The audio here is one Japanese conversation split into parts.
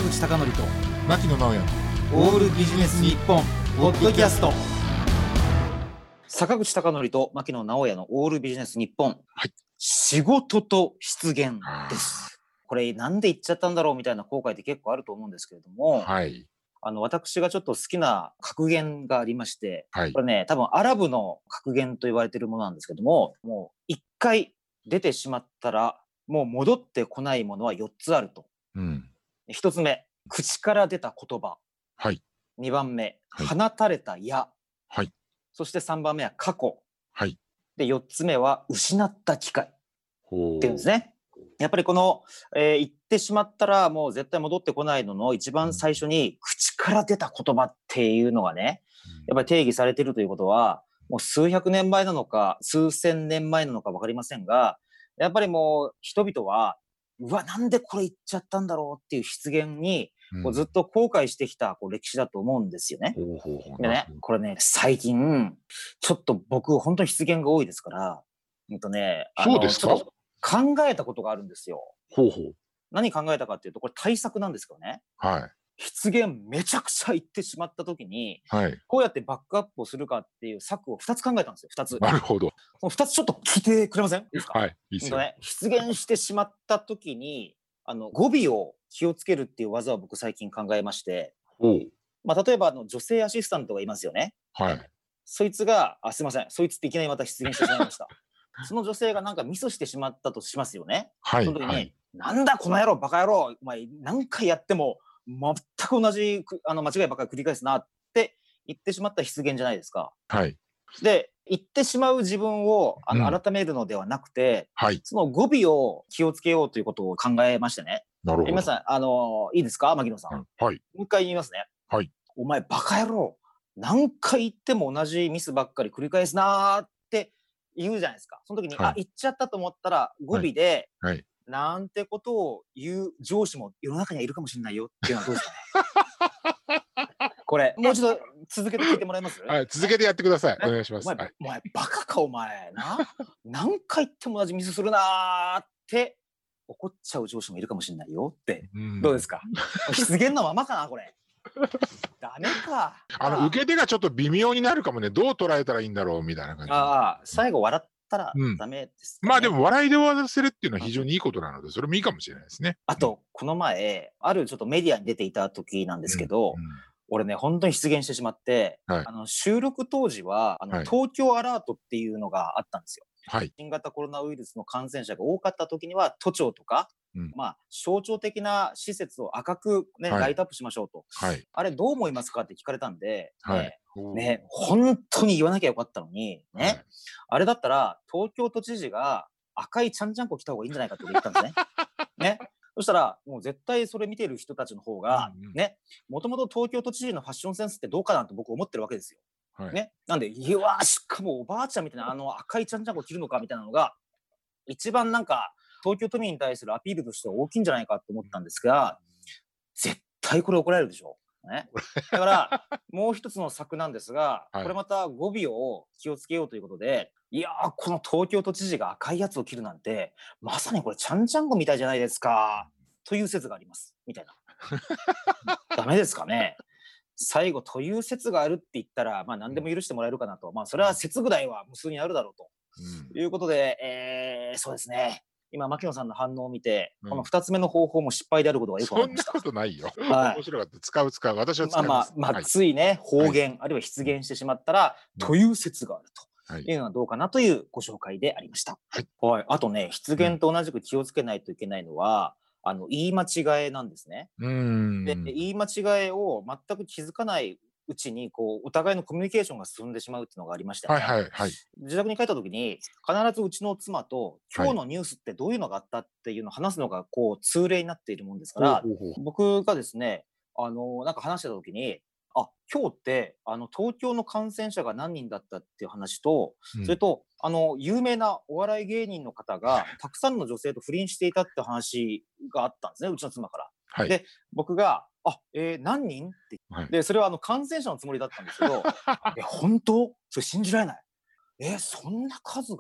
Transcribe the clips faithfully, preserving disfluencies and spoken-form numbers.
坂口孝則と牧野直哉オールビジネス日本ポッドキャスト。坂口孝則と牧野直哉のオールビジネス日本、 はい、 仕事と失言です。これなんで言っちゃったんだろうみたいな後悔って結構あると思うんですけれども、 はい、 あの私がちょっと好きな格言がありまして、 はい、 これね多分アラブの格言と言われているものなんですけども、もう一回出てしまったらもう戻ってこないものはよっつあると。 うん、 ひとつめ、口から出た言葉。 はい、 にばんめ、 はい、 放たれた矢。 はい、 そしてさんばんめは過去。 はい、 でよっつめは失った機会ほうっていうんですね。やっぱりこの、えー、言ってしまったらもう絶対戻ってこないのの一番最初に口から出た言葉っていうのがね、やっぱり定義されているということは、もう数百年前なのか数千年前なのか分かりませんが、やっぱりもう人々はうわなんでこれ言っちゃったんだろうっていう失言にこうずっと後悔してきたこう歴史だと思うんですよね。 ほうほうほうでね、これね最近ちょっと僕本当に失言が多いですから、うんとね、あのそうですか？ ちょっと考えたことがあるんですよ。 ほうほう。 何考えたかっていうと、これ対策なんですけどね。 はい、 失言めちゃくちゃ言ってしまった時に、 はい、 こうやってバックアップをするかっていう策をふたつ考えたんですよ。ふたつ。 なるほど。 そのふたつちょっと聞いてくれません？いいですか？ はい、いいですよ。 ね、失言してしまった時に、あの語尾を気をつけるっていう技を僕最近考えまして、 ほう。 まあ、例えばあの女性アシスタントがいますよね。 はい、 ね、そいつが、あ、すいません、そいつっていきなりまた失言してしまいました。その女性がなんかミスしてしまったとしますよね。 はい、 その時に、 はい、 なんだこの野郎バカ野郎、お前何回やっても全く同じあの間違いばかり繰り返すなって言ってしまった失言じゃないですか。 はい、 で、言ってしまう自分をあのうん、 改めるのではなくて、 はい、 その語尾を気をつけようということを考えましてね。 なるほど。 皆さん、あのいいですか、牧野さん。 はい、 もう一回言いますね。 はい、 お前バカ野郎、何回言っても同じミスばっかり繰り返すなーって言うじゃないですか。その時に、 はい、 あ、言っちゃったと思ったら語尾はい、 で、 はい。 なんてことを言う上司も世の中にはいるかもしれないよっていうのはどうですかね。これ、もう一度続けて聞いてもらえます？ はい、続けてやってください。おね、 願いします。 お前、 はい。 お前バカかお前な。何回言っても同じミスするなーって怒っちゃう上司もいるかもしれないよって。 うん、 どうですか？失言のままかなこれ。ダメか。 あの受け手がちょっと微妙になるかもね。どう捉えたらいいんだろうみたいな感じ。 ああ、最後笑ったらうん、 ダメですかね。 まあでも笑いで終わらせるっていうのは非常にいいことなので、それもいいかもしれないですね。 あと、この前、あるちょっとメディアに出ていた時なんですけど、 うん、 俺ね、本当に失言してしまって、 はい、 あの収録当時はあの、 はい、 東京アラートっていうのがあったんですよ。 はい、 新型コロナウイルスの感染者が多かった時には都庁とか、 うん、 まあ象徴的な施設を赤くね、 はい、 ライトアップしましょうと。 はい、 あれどう思いますかって聞かれたんで、 はい、 ね、ね、本当に言わなきゃよかったのに、ね、 はい、 あれだったら東京都知事が赤いちゃんちゃんこ着た方がいいんじゃないかって言ったんですね。ね。そしたら、もう絶対それ見てる人たちの方が、 うんうん、 ね、もともと東京都知事のファッションセンスってどうかなと僕思ってるわけですよ。 はい、 ね。なんで、いわー、しかもおばあちゃんみたいなあの赤いちゃんちゃんこ着るのかみたいなのが、一番なんか東京都民に対するアピールとしては大きいんじゃないかと思ったんですが、絶対これ怒られるでしょ。ね、だからもう一つの策なんですが、 はい、 これまた語尾を気をつけようということで、いやーこの東京都知事が赤いやつを着るなんてまさにこれちゃんちゃんこみたいじゃないですかという説がありますみたいな。ダメですかね。最後という説があるって言ったら、まあ何でも許してもらえるかなと。まあそれは説ぐらいは無数にあるだろうと、うん、いうことで、えー、そうですね。今牧野さんの反応を見て、うん、このふたつめの方法も失敗であることがよく分かりました。 そんなことないよ。 はい、 面白かった。使う使う。私は使います。 まあまあまあ、ついね、方言、はい、あるいは失言してしまったら、うん、という説があるというのはどうかなというご紹介でありました。はい。はい、あとね、失言と同じく気をつけないといけないのは、うん、あの言い間違いなんですね。 うーんで言い間違いを全く気づかないうちにこうお互いのコミュニケーションが進んでしまうっていうのがありましてね、はいはいはい、自宅に帰った時に必ずうちの妻と今日のニュースってどういうのがあったっていうのを話すのがこう通例になっているもんですから、はい、僕がですねあのなんか話してた時にあ今日ってあの東京の感染者が何人だったっていう話と、うん、それとあの有名なお笑い芸人の方がたくさんの女性と不倫していたって話があったんですね、うちの妻から。はい、で僕があ、えー、何人って、はい、でそれはあの感染者のつもりだったんですけどえ本当それ信じられない、えー、そんな数が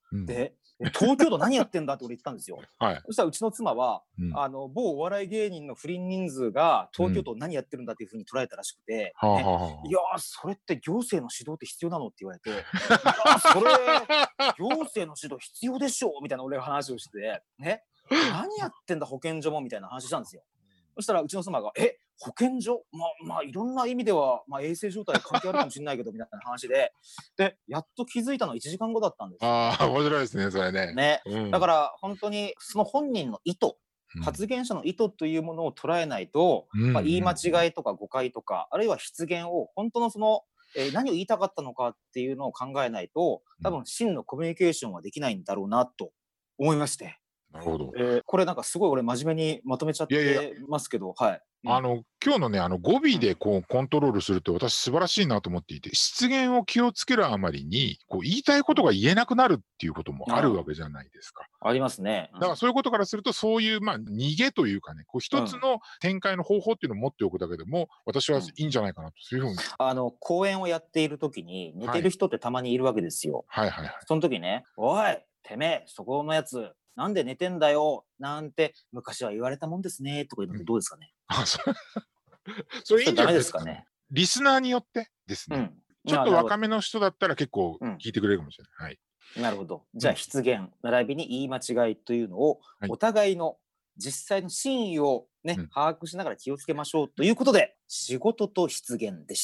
うん、 で東京都何やってんだって俺言ったんですよ。 はい、 そしたらうちの妻は、 うん、 あの某お笑い芸人の不倫人数が東京都何やってるんだっていうふうに捉えたらしくて、 うん、 ね、 はあはあ、 いやーそれって行政の指導って必要なのって言われて、いやーそれ行政の指導必要でしょみたいな俺が話をしてね、何やってんだ保健所もみたいな話したんですよ。そしたらうちの妻がえ保健所まあまあいろんな意味では、まあ、衛生状態関係あるかもしれないけどみたいな話ででやっと気づいたのはいちじかんごだったんですよ、 ね。ああ面白いですねそれね。 ね、 うん、 だから本当にその本人の意図、うん、発言者の意図というものを捉えないと、うんまあ、言い間違いとか誤解とかあるいは失言を本当のその、えー、何を言いたかったのかっていうのを考えないと多分真のコミュニケーションはできないんだろうなと思いまして。 なるほど、 えー、これなんかすごい俺真面目にまとめちゃってますけど、いやいやはい、 うん、あの今日のねあの語尾でこうコントロールするって私素晴らしいなと思っていて、失言を気をつけるあまりにこう言いたいことが言えなくなるっていうこともあるわけじゃないですか。 ありますね。 だからそういうことからするとそういうまあ逃げというかねこう一つの展開の方法っていうのを持っておくだけでも私はいいんじゃないかなと、そういうふうにあの講演をやっている時に寝てる人ってたまにいるわけですよ。 はいはいはい。 その時ねおいてめえそこのやつなんで寝てんだよなんて昔は言われたもんですねとか言うのってどうですかね。 うん、あそれそれいいんじゃないですかね。リスナーによってですね、うん、ちょっと若めの人だったら結構聞いてくれるかもしれない。 うん、はい、なるほど。じゃあ失言、うん、並びに言い間違いというのを、はい、お互いの実際の真意をね、うん、把握しながら気をつけましょうということで仕事と失言でした。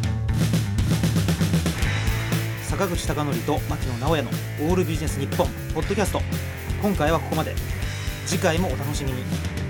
坂口孝則と牧野直哉のオールビジネス日本ポッドキャスト、今回はここまで。次回もお楽しみに。